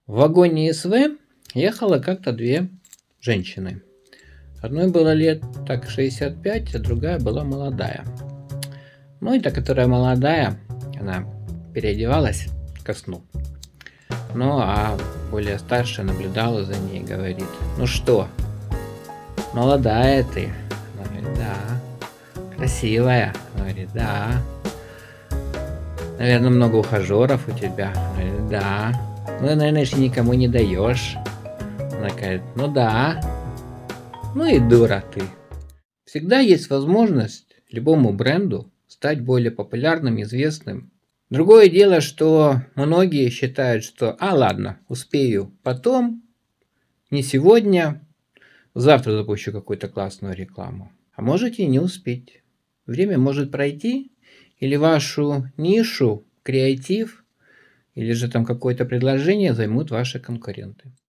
В вагоне СВ ехало как-то две женщины. Одной было лет так 65, а другая была молодая. Ну и та, которая молодая, она переодевалась ко сну. Ну а более старшая наблюдала за ней и говорит: "Ну что, молодая ты?" Она говорит: "Да". "Красивая?" Она говорит: "Да". "Наверное, много ухажеров у тебя?" Она говорит: "Да". "Ну, наверное, еще никому не даешь?" Она говорит: "Ну да". "Ну и дура ты". Всегда есть возможность любому бренду стать более популярным, известным. Другое дело, что многие считают, что ладно, успею потом, не сегодня, завтра запущу какую-то классную рекламу. А можете и не успеть. Время может пройти, или вашу нишу, креатив, или же там какое-то предложение займут ваши конкуренты.